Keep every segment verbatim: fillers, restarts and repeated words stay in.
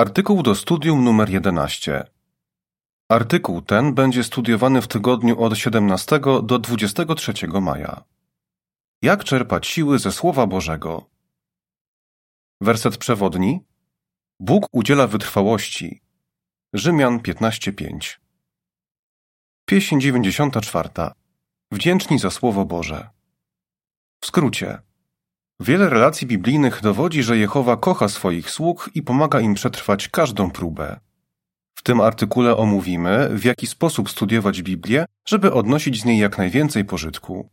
Artykuł do studium numer jedenaście. Artykuł ten będzie studiowany w tygodniu od siedemnastego do dwudziestego trzeciego maja. Jak czerpać siły ze Słowa Bożego? Werset przewodni. Bóg udziela wytrwałości. Rzymian piętnaście pięć. Pieśń dziewięćdziesiąta czwarta. Wdzięczni za Słowo Boże. W skrócie. Wiele relacji biblijnych dowodzi, że Jehowa kocha swoich sług i pomaga im przetrwać każdą próbę. W tym artykule omówimy, w jaki sposób studiować Biblię, żeby odnosić z niej jak najwięcej pożytku.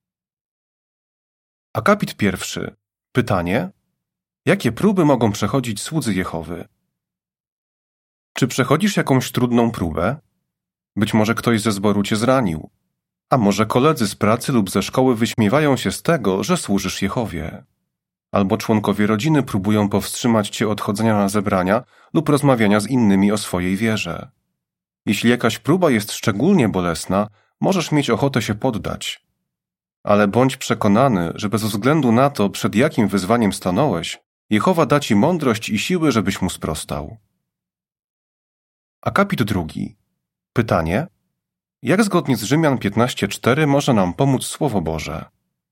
Akapit pierwszy. Pytanie. Jakie próby mogą przechodzić słudzy Jehowy? Czy przechodzisz jakąś trudną próbę? Być może ktoś ze zboru cię zranił. A może koledzy z pracy lub ze szkoły wyśmiewają się z tego, że służysz Jehowie. Albo członkowie rodziny próbują powstrzymać cię od chodzenia na zebrania lub rozmawiania z innymi o swojej wierze. Jeśli jakaś próba jest szczególnie bolesna, możesz mieć ochotę się poddać. Ale bądź przekonany, że bez względu na to, przed jakim wyzwaniem stanąłeś, Jehowa da ci mądrość i siły, żebyś mu sprostał. Akapit drugi. Pytanie. Jak zgodnie z Rzymian piętnaście cztery może nam pomóc Słowo Boże?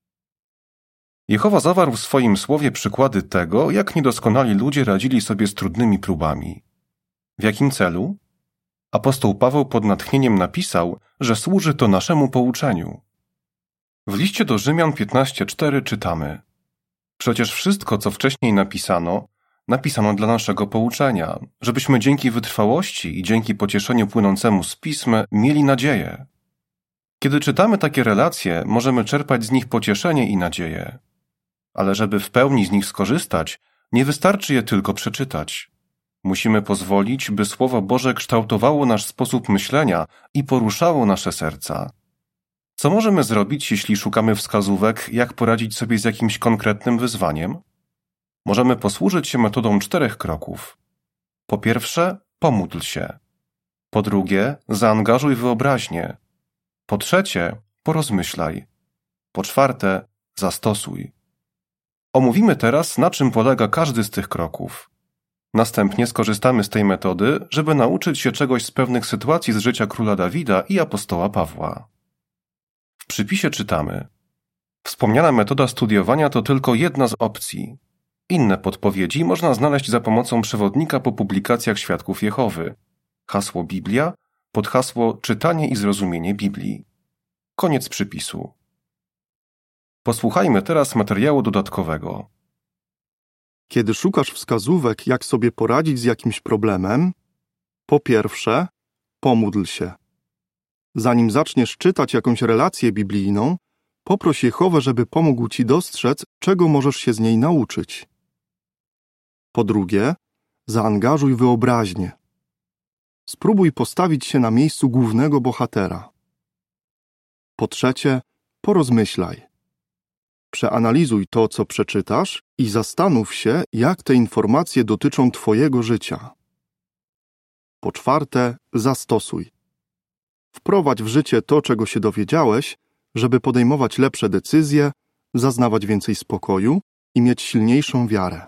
Jehowa zawarł w swoim słowie przykłady tego, jak niedoskonali ludzie radzili sobie z trudnymi próbami. W jakim celu? Apostoł Paweł pod natchnieniem napisał, że służy to naszemu pouczeniu. W liście do Rzymian piętnaście cztery czytamy: Przecież wszystko, co wcześniej napisano, napisano dla naszego pouczenia, żebyśmy dzięki wytrwałości i dzięki pocieszeniu płynącemu z Pism mieli nadzieję. Kiedy czytamy takie relacje, możemy czerpać z nich pocieszenie i nadzieję. Ale żeby w pełni z nich skorzystać, nie wystarczy je tylko przeczytać. Musimy pozwolić, by Słowo Boże kształtowało nasz sposób myślenia i poruszało nasze serca. Co możemy zrobić, jeśli szukamy wskazówek, jak poradzić sobie z jakimś konkretnym wyzwaniem? Możemy posłużyć się metodą czterech kroków. Po pierwsze, pomódl się. Po drugie, zaangażuj wyobraźnię. Po trzecie, porozmyślaj. Po czwarte, zastosuj. Omówimy teraz, na czym polega każdy z tych kroków. Następnie skorzystamy z tej metody, żeby nauczyć się czegoś z pewnych sytuacji z życia króla Dawida i apostoła Pawła. W przypisie czytamy: Wspomniana metoda studiowania to tylko jedna z opcji. Inne podpowiedzi można znaleźć za pomocą przewodnika po publikacjach Świadków Jehowy. Hasło Biblia pod hasło Czytanie i zrozumienie Biblii. Koniec przypisu. Posłuchajmy teraz materiału dodatkowego. Kiedy szukasz wskazówek, jak sobie poradzić z jakimś problemem, po pierwsze, pomódl się. Zanim zaczniesz czytać jakąś relację biblijną, poproś Jehowę, żeby pomógł ci dostrzec, czego możesz się z niej nauczyć. Po drugie, zaangażuj wyobraźnię. Spróbuj postawić się na miejscu głównego bohatera. Po trzecie, porozmyślaj. Przeanalizuj to, co przeczytasz i zastanów się, jak te informacje dotyczą twojego życia. Po czwarte, zastosuj. Wprowadź w życie to, czego się dowiedziałeś, żeby podejmować lepsze decyzje, zaznawać więcej spokoju i mieć silniejszą wiarę.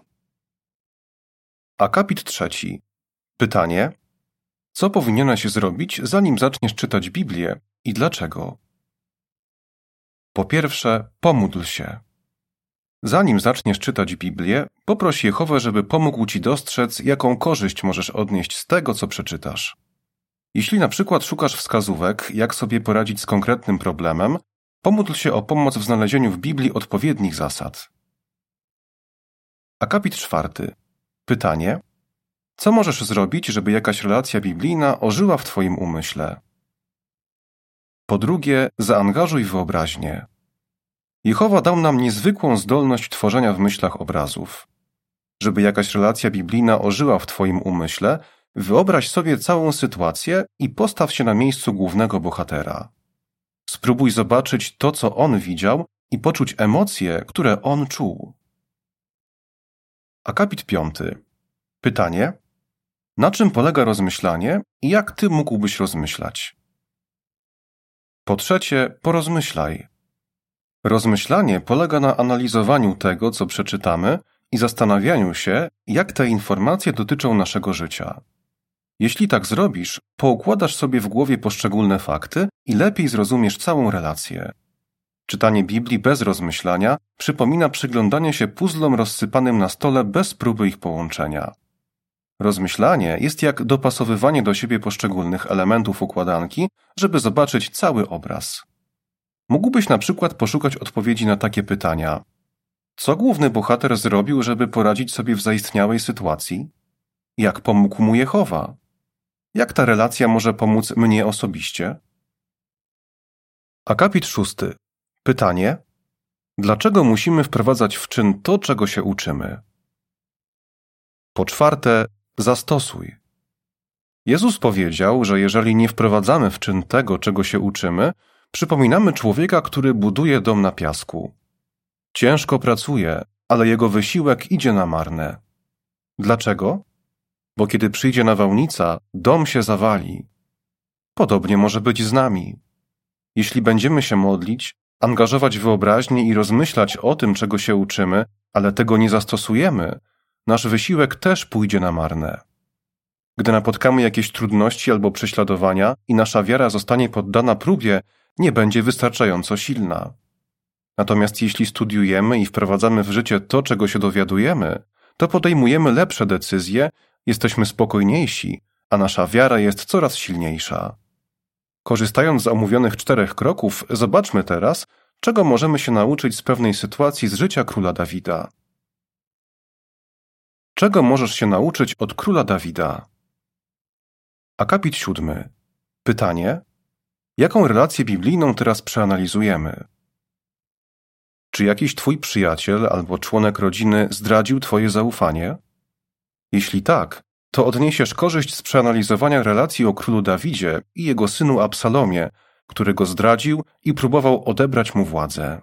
Akapit trzeci. Pytanie. Co powinieneś zrobić, zanim zaczniesz czytać Biblię i dlaczego? Po pierwsze, pomódl się. Zanim zaczniesz czytać Biblię, poproś Jehowę, żeby pomógł ci dostrzec, jaką korzyść możesz odnieść z tego, co przeczytasz. Jeśli na przykład szukasz wskazówek, jak sobie poradzić z konkretnym problemem, pomódl się o pomoc w znalezieniu w Biblii odpowiednich zasad. Akapit czwarty. Pytanie. Co możesz zrobić, żeby jakaś relacja biblijna ożyła w twoim umyśle? Po drugie, zaangażuj wyobraźnię. Jehowa dał nam niezwykłą zdolność tworzenia w myślach obrazów. Żeby jakaś relacja biblijna ożyła w twoim umyśle, wyobraź sobie całą sytuację i postaw się na miejscu głównego bohatera. Spróbuj zobaczyć to, co on widział i poczuć emocje, które on czuł. Akapit piąty. Pytanie. Na czym polega rozmyślanie i jak ty mógłbyś rozmyślać? Po trzecie, porozmyślaj. Rozmyślanie polega na analizowaniu tego, co przeczytamy i zastanawianiu się, jak te informacje dotyczą naszego życia. Jeśli tak zrobisz, poukładasz sobie w głowie poszczególne fakty i lepiej zrozumiesz całą relację. Czytanie Biblii bez rozmyślania przypomina przyglądanie się puzzlom rozsypanym na stole bez próby ich połączenia. Rozmyślanie jest jak dopasowywanie do siebie poszczególnych elementów układanki, żeby zobaczyć cały obraz. Mógłbyś na przykład poszukać odpowiedzi na takie pytania. Co główny bohater zrobił, żeby poradzić sobie w zaistniałej sytuacji? Jak pomógł mu Jehowa? Jak ta relacja może pomóc mnie osobiście? Akapit szósty. Pytanie. Dlaczego musimy wprowadzać w czyn to, czego się uczymy? Po czwarte, zastosuj. Jezus powiedział, że jeżeli nie wprowadzamy w czyn tego, czego się uczymy, przypominamy człowieka, który buduje dom na piasku. Ciężko pracuje, ale jego wysiłek idzie na marne. Dlaczego? Bo kiedy przyjdzie nawałnica, dom się zawali. Podobnie może być z nami. Jeśli będziemy się modlić, angażować wyobraźnię i rozmyślać o tym, czego się uczymy, ale tego nie zastosujemy, nasz wysiłek też pójdzie na marne. Gdy napotkamy jakieś trudności albo prześladowania i nasza wiara zostanie poddana próbie, nie będzie wystarczająco silna. Natomiast jeśli studiujemy i wprowadzamy w życie to, czego się dowiadujemy, to podejmujemy lepsze decyzje, jesteśmy spokojniejsi, a nasza wiara jest coraz silniejsza. Korzystając z omówionych czterech kroków, zobaczmy teraz, czego możemy się nauczyć z pewnej sytuacji z życia króla Dawida. Czego możesz się nauczyć od króla Dawida? Akapit siódmy. Pytanie. Jaką relację biblijną teraz przeanalizujemy? Czy jakiś twój przyjaciel albo członek rodziny zdradził twoje zaufanie? Jeśli tak, to odniesiesz korzyść z przeanalizowania relacji o królu Dawidzie i jego synu Absalomie, który go zdradził i próbował odebrać mu władzę.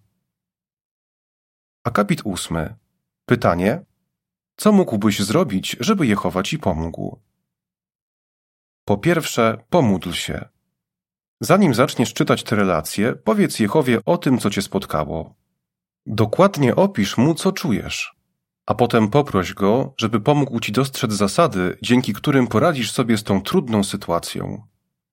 Akapit ósmy. Pytanie. Co mógłbyś zrobić, żeby Jehowa ci pomógł? Po pierwsze, pomódl się. Zanim zaczniesz czytać te relacje, powiedz Jehowie o tym, co cię spotkało. Dokładnie opisz mu, co czujesz, a potem poproś go, żeby pomógł ci dostrzec zasady, dzięki którym poradzisz sobie z tą trudną sytuacją.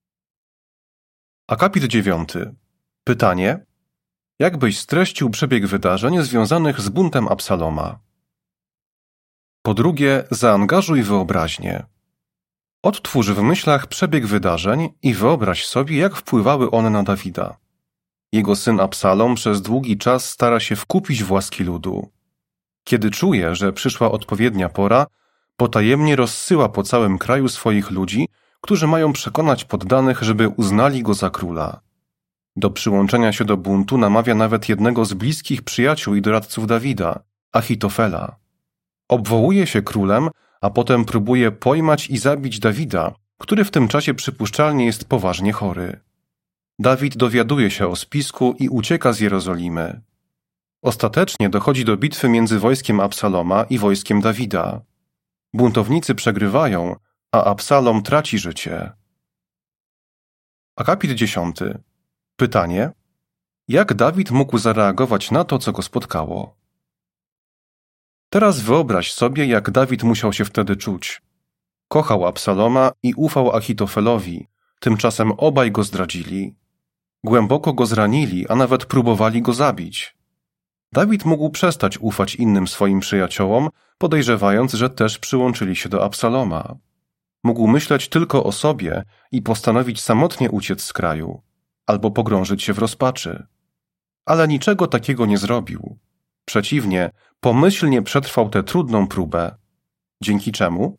Akapit dziewiąty. Pytanie. Jak byś streścił przebieg wydarzeń związanych z buntem Absaloma? Po drugie, zaangażuj wyobraźnię. Odtwórz w myślach przebieg wydarzeń i wyobraź sobie, jak wpływały one na Dawida. Jego syn Absalom przez długi czas stara się wkupić w łaski ludu. Kiedy czuje, że przyszła odpowiednia pora, potajemnie rozsyła po całym kraju swoich ludzi, którzy mają przekonać poddanych, żeby uznali go za króla. Do przyłączenia się do buntu namawia nawet jednego z bliskich przyjaciół i doradców Dawida, Achitofela. Obwołuje się królem, a potem próbuje pojmać i zabić Dawida, który w tym czasie przypuszczalnie jest poważnie chory. Dawid dowiaduje się o spisku i ucieka z Jerozolimy. Ostatecznie dochodzi do bitwy między wojskiem Absaloma i wojskiem Dawida. Buntownicy przegrywają, a Absalom traci życie. Akapit dziesiąty. Pytanie. Jak Dawid mógł zareagować na to, co go spotkało? Teraz wyobraź sobie, jak Dawid musiał się wtedy czuć. Kochał Absaloma i ufał Achitofelowi, tymczasem obaj go zdradzili. Głęboko go zranili, a nawet próbowali go zabić. Dawid mógł przestać ufać innym swoim przyjaciołom, podejrzewając, że też przyłączyli się do Absaloma. Mógł myśleć tylko o sobie i postanowić samotnie uciec z kraju, albo pogrążyć się w rozpaczy. Ale niczego takiego nie zrobił. Przeciwnie, pomyślnie przetrwał tę trudną próbę. Dzięki czemu?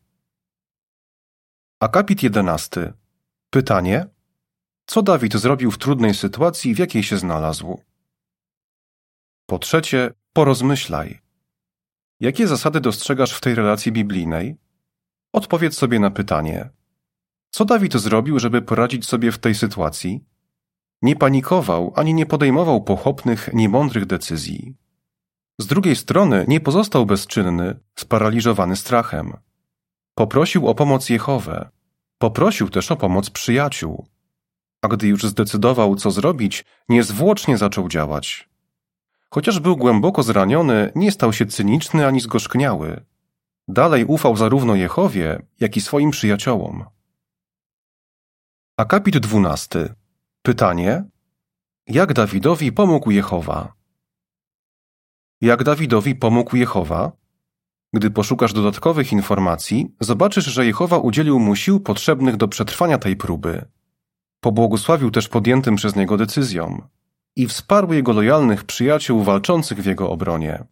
Akapit jedenasty. Pytanie. Co Dawid zrobił w trudnej sytuacji, w jakiej się znalazł? Po trzecie, porozmyślaj. Jakie zasady dostrzegasz w tej relacji biblijnej? Odpowiedz sobie na pytanie. Co Dawid zrobił, żeby poradzić sobie w tej sytuacji? Nie panikował, ani nie podejmował pochopnych, niemądrych decyzji. Z drugiej strony nie pozostał bezczynny, sparaliżowany strachem. Poprosił o pomoc Jehowę. Poprosił też o pomoc przyjaciół. A gdy już zdecydował, co zrobić, niezwłocznie zaczął działać. Chociaż był głęboko zraniony, nie stał się cyniczny ani zgorzkniały. Dalej ufał zarówno Jehowie, jak i swoim przyjaciołom. Akapit dwunasty. Pytanie: jak Dawidowi pomógł Jehowa? Jak Dawidowi pomógł Jehowa? Gdy poszukasz dodatkowych informacji, zobaczysz, że Jehowa udzielił mu sił potrzebnych do przetrwania tej próby. Pobłogosławił też podjętym przez niego decyzjom i wsparł jego lojalnych przyjaciół walczących w jego obronie.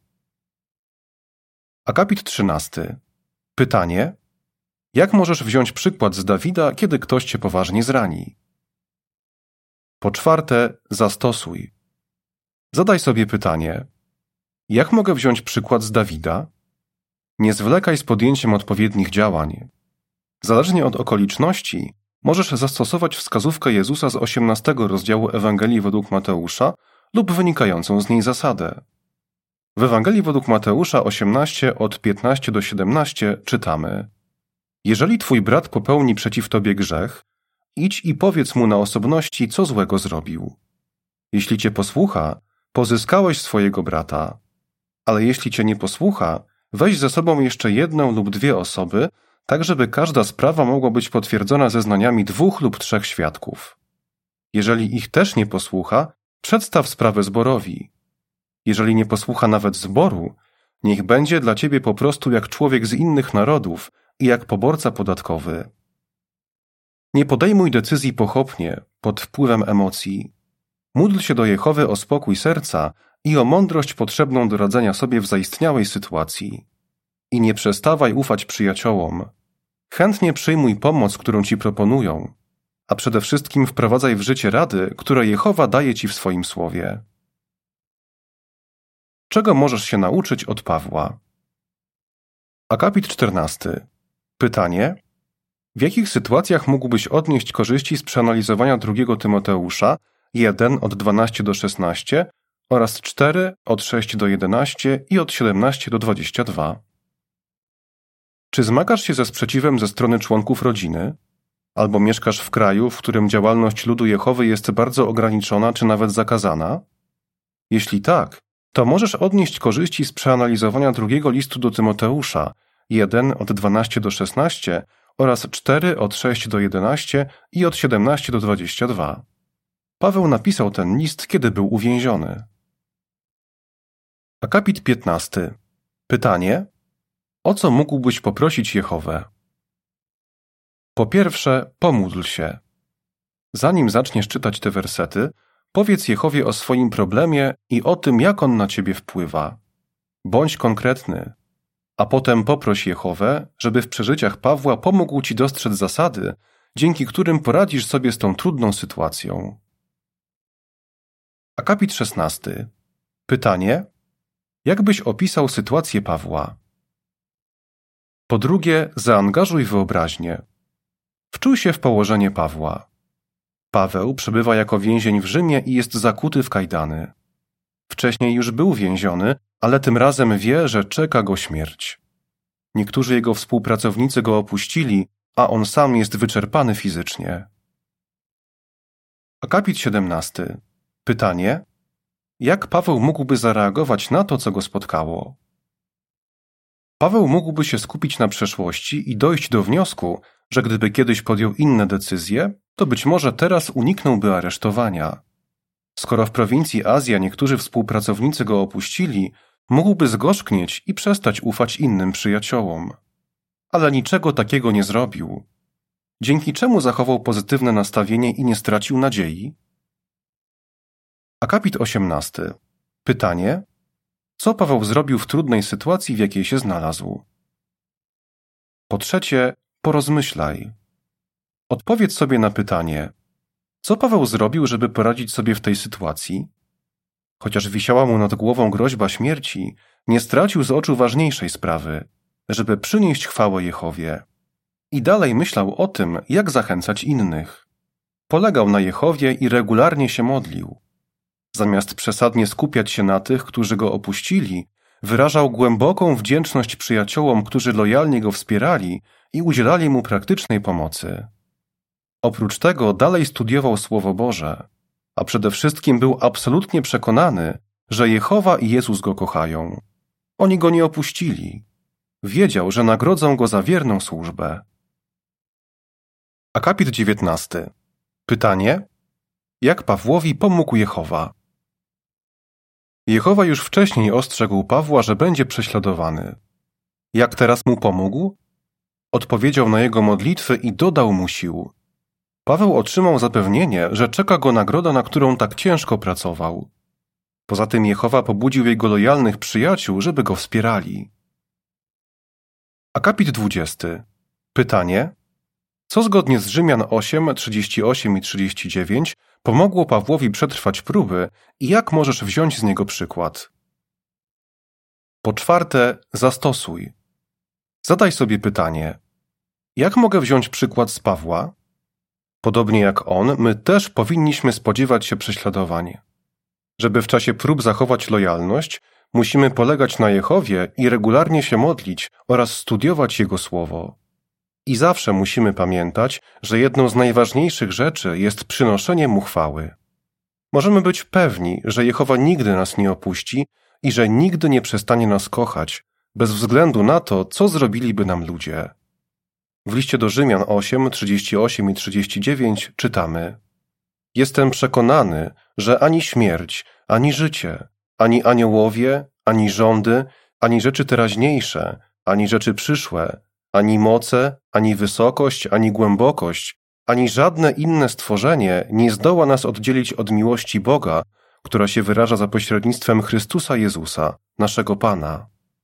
Akapit trzynasty. Pytanie: jak możesz wziąć przykład z Dawida, kiedy ktoś cię poważnie zrani? Po czwarte, zastosuj. Zadaj sobie pytanie: jak mogę wziąć przykład z Dawida? Nie zwlekaj z podjęciem odpowiednich działań. Zależnie od okoliczności, możesz zastosować wskazówkę Jezusa z osiemnastego rozdziału Ewangelii według Mateusza lub wynikającą z niej zasadę. W Ewangelii według Mateusza osiemnaście od piętnaście do siedemnaście czytamy: jeżeli twój brat popełni przeciw tobie grzech, idź i powiedz mu na osobności, co złego zrobił. Jeśli cię posłucha, pozyskałeś swojego brata, ale jeśli cię nie posłucha, weź ze sobą jeszcze jedną lub dwie osoby, tak żeby każda sprawa mogła być potwierdzona zeznaniami dwóch lub trzech świadków. Jeżeli ich też nie posłucha, przedstaw sprawę zborowi. Jeżeli nie posłucha nawet zboru, niech będzie dla ciebie po prostu jak człowiek z innych narodów i jak poborca podatkowy. Nie podejmuj decyzji pochopnie, pod wpływem emocji. Módl się do Jehowy o spokój serca i o mądrość potrzebną do radzenia sobie w zaistniałej sytuacji. I nie przestawaj ufać przyjaciołom. Chętnie przyjmuj pomoc, którą ci proponują, a przede wszystkim wprowadzaj w życie rady, które Jehowa daje ci w swoim słowie. Czego możesz się nauczyć od Pawła? Akapit czternasty. Pytanie: w jakich sytuacjach mógłbyś odnieść korzyści z przeanalizowania drugiego Tymoteusza jeden od dwunastu do szesnastu oraz cztery od sześciu do jedenastu i od siedemnastu do dwudziestu dwóch? Czy zmagasz się ze sprzeciwem ze strony członków rodziny? Albo mieszkasz w kraju, w którym działalność ludu Jehowy jest bardzo ograniczona czy nawet zakazana? Jeśli tak, to możesz odnieść korzyści z przeanalizowania drugiego listu do Tymoteusza jeden od dwunastu do szesnastu oraz cztery od sześciu do jedenastu i od siedemnastu do dwudziestu dwóch. Paweł napisał ten list, kiedy był uwięziony. Akapit piętnasty. Pytanie: o co mógłbyś poprosić Jehowę? Po pierwsze, pomódl się. Zanim zaczniesz czytać te wersety, powiedz Jehowie o swoim problemie i o tym, jak on na ciebie wpływa. Bądź konkretny, a potem poproś Jehowę, żeby w przeżyciach Pawła pomógł ci dostrzec zasady, dzięki którym poradzisz sobie z tą trudną sytuacją. Akapit szesnasty. Pytanie: jak byś opisał sytuację Pawła? Po drugie, zaangażuj wyobraźnię. Wczuj się w położenie Pawła. Paweł przebywa jako więzień w Rzymie i jest zakuty w kajdany. Wcześniej już był więziony, ale tym razem wie, że czeka go śmierć. Niektórzy jego współpracownicy go opuścili, a on sam jest wyczerpany fizycznie. Akapit siedemnasty. Pytanie: jak Paweł mógłby zareagować na to, co go spotkało? Paweł mógłby się skupić na przeszłości i dojść do wniosku, że gdyby kiedyś podjął inne decyzje, to być może teraz uniknąłby aresztowania. Skoro w prowincji Azja niektórzy współpracownicy go opuścili, mógłby zgorzknieć i przestać ufać innym przyjaciołom. Ale niczego takiego nie zrobił. Dzięki czemu zachował pozytywne nastawienie i nie stracił nadziei? Akapit osiemnasty. Pytanie: co Paweł zrobił w trudnej sytuacji, w jakiej się znalazł? Po trzecie, porozmyślaj. Odpowiedz sobie na pytanie: co Paweł zrobił, żeby poradzić sobie w tej sytuacji? Chociaż wisiała mu nad głową groźba śmierci, nie stracił z oczu ważniejszej sprawy, żeby przynieść chwałę Jehowie. I dalej myślał o tym, jak zachęcać innych. Polegał na Jehowie i regularnie się modlił. Zamiast przesadnie skupiać się na tych, którzy go opuścili, wyrażał głęboką wdzięczność przyjaciołom, którzy lojalnie go wspierali i udzielali mu praktycznej pomocy. Oprócz tego dalej studiował Słowo Boże, a przede wszystkim był absolutnie przekonany, że Jehowa i Jezus go kochają. Oni go nie opuścili. Wiedział, że nagrodzą go za wierną służbę. Akapit dziewiętnasty. Pytanie: jak Pawłowi pomógł Jehowa? Jehowa już wcześniej ostrzegł Pawła, że będzie prześladowany. Jak teraz mu pomógł? Odpowiedział na jego modlitwy i dodał mu sił. Paweł otrzymał zapewnienie, że czeka go nagroda, na którą tak ciężko pracował. Poza tym Jehowa pobudził jego lojalnych przyjaciół, żeby go wspierali. Akapit dwudziesty. Pytanie: co zgodnie z Rzymian osiem, trzydzieści osiem i trzydzieści dziewięć pomogło Pawłowi przetrwać próby i jak możesz wziąć z niego przykład? Po czwarte, zastosuj. Zadaj sobie pytanie: jak mogę wziąć przykład z Pawła? Podobnie jak on, my też powinniśmy spodziewać się prześladowań. Żeby w czasie prób zachować lojalność, musimy polegać na Jehowie i regularnie się modlić oraz studiować Jego Słowo. I zawsze musimy pamiętać, że jedną z najważniejszych rzeczy jest przynoszenie Mu chwały. Możemy być pewni, że Jehowa nigdy nas nie opuści i że nigdy nie przestanie nas kochać, bez względu na to, co zrobiliby nam ludzie. W liście do Rzymian osiem, trzydzieści osiem i trzydzieści dziewięć czytamy: jestem przekonany, że ani śmierć, ani życie, ani aniołowie, ani rządy, ani rzeczy teraźniejsze, ani rzeczy przyszłe, ani moce, ani wysokość, ani głębokość, ani żadne inne stworzenie nie zdoła nas oddzielić od miłości Boga, która się wyraża za pośrednictwem Chrystusa Jezusa, naszego Pana.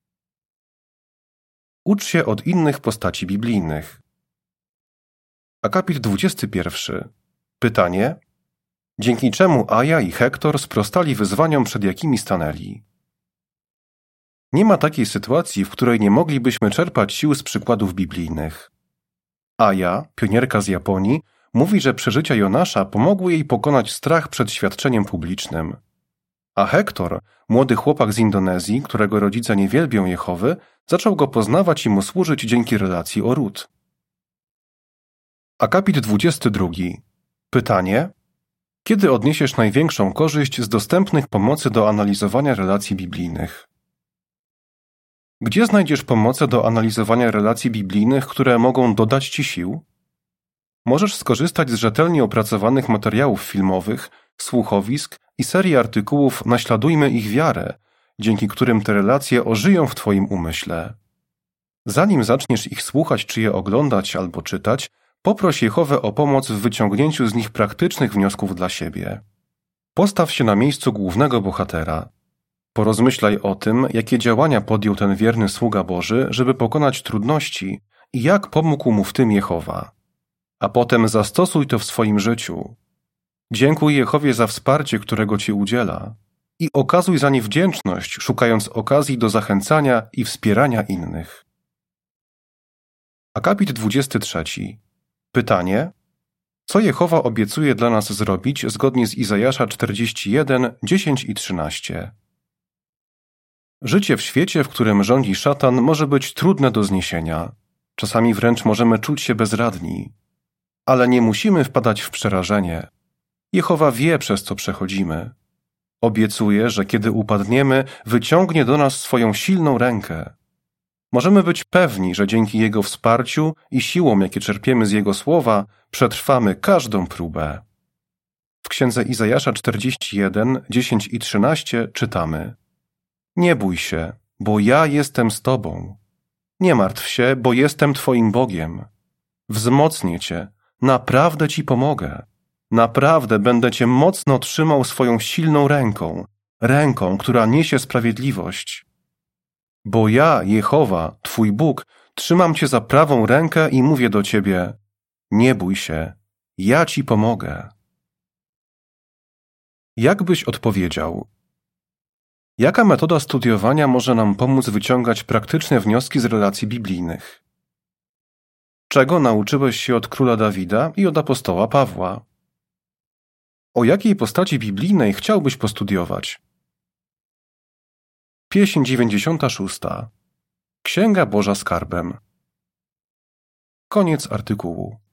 Ucz się od innych postaci biblijnych. Akapit dwudziesty pierwszy. Pytanie: dzięki czemu Aja i Hektor sprostali wyzwaniom, przed jakimi stanęli? Nie ma takiej sytuacji, w której nie moglibyśmy czerpać sił z przykładów biblijnych. Aja, pionierka z Japonii, mówi, że przeżycia Jonasza pomogły jej pokonać strach przed świadczeniem publicznym. A Hektor, młody chłopak z Indonezji, którego rodzice nie wielbią Jehowy, zaczął go poznawać i mu służyć dzięki relacji o Rut. Akapit dwudziesty drugi. Pytanie: kiedy odniesiesz największą korzyść z dostępnych pomocy do analizowania relacji biblijnych? Gdzie znajdziesz pomoce do analizowania relacji biblijnych, które mogą dodać ci sił? Możesz skorzystać z rzetelnie opracowanych materiałów filmowych, słuchowisk i serii artykułów Naśladujmy ich wiarę, dzięki którym te relacje ożyją w twoim umyśle. Zanim zaczniesz ich słuchać czy je oglądać albo czytać, poproś Jehowę o pomoc w wyciągnięciu z nich praktycznych wniosków dla siebie. Postaw się na miejscu głównego bohatera. Porozmyślaj o tym, jakie działania podjął ten wierny sługa Boży, żeby pokonać trudności i jak pomógł mu w tym Jehowa. A potem zastosuj to w swoim życiu. Dziękuj Jehowie za wsparcie, którego ci udziela, i okazuj za nie wdzięczność, szukając okazji do zachęcania i wspierania innych. Akapit dwudziesty trzeci. Pytanie: co Jehowa obiecuje dla nas zrobić zgodnie z Izajasza czterdzieści jeden, dziesięć i trzynaście? Życie w świecie, w którym rządzi szatan, może być trudne do zniesienia. Czasami wręcz możemy czuć się bezradni. Ale nie musimy wpadać w przerażenie. Jehowa wie, przez co przechodzimy. Obiecuje, że kiedy upadniemy, wyciągnie do nas swoją silną rękę. Możemy być pewni, że dzięki Jego wsparciu i siłom, jakie czerpiemy z Jego słowa, przetrwamy każdą próbę. W księdze Izajasza czterdzieści jeden, dziesięć i trzynaście czytamy: nie bój się, bo ja jestem z tobą. Nie martw się, bo jestem twoim Bogiem. Wzmocnię cię, naprawdę ci pomogę. Naprawdę będę cię mocno trzymał swoją silną ręką, ręką, która niesie sprawiedliwość. Bo ja, Jehowa, twój Bóg, trzymam cię za prawą rękę i mówię do ciebie: nie bój się, ja ci pomogę. Jak byś odpowiedział? Jaka metoda studiowania może nam pomóc wyciągać praktyczne wnioski z relacji biblijnych? Czego nauczyłeś się od króla Dawida i od apostoła Pawła? O jakiej postaci biblijnej chciałbyś postudiować? Pieśń dziewięćdziesiąta szósta. Księga Boża skarbem. Koniec artykułu.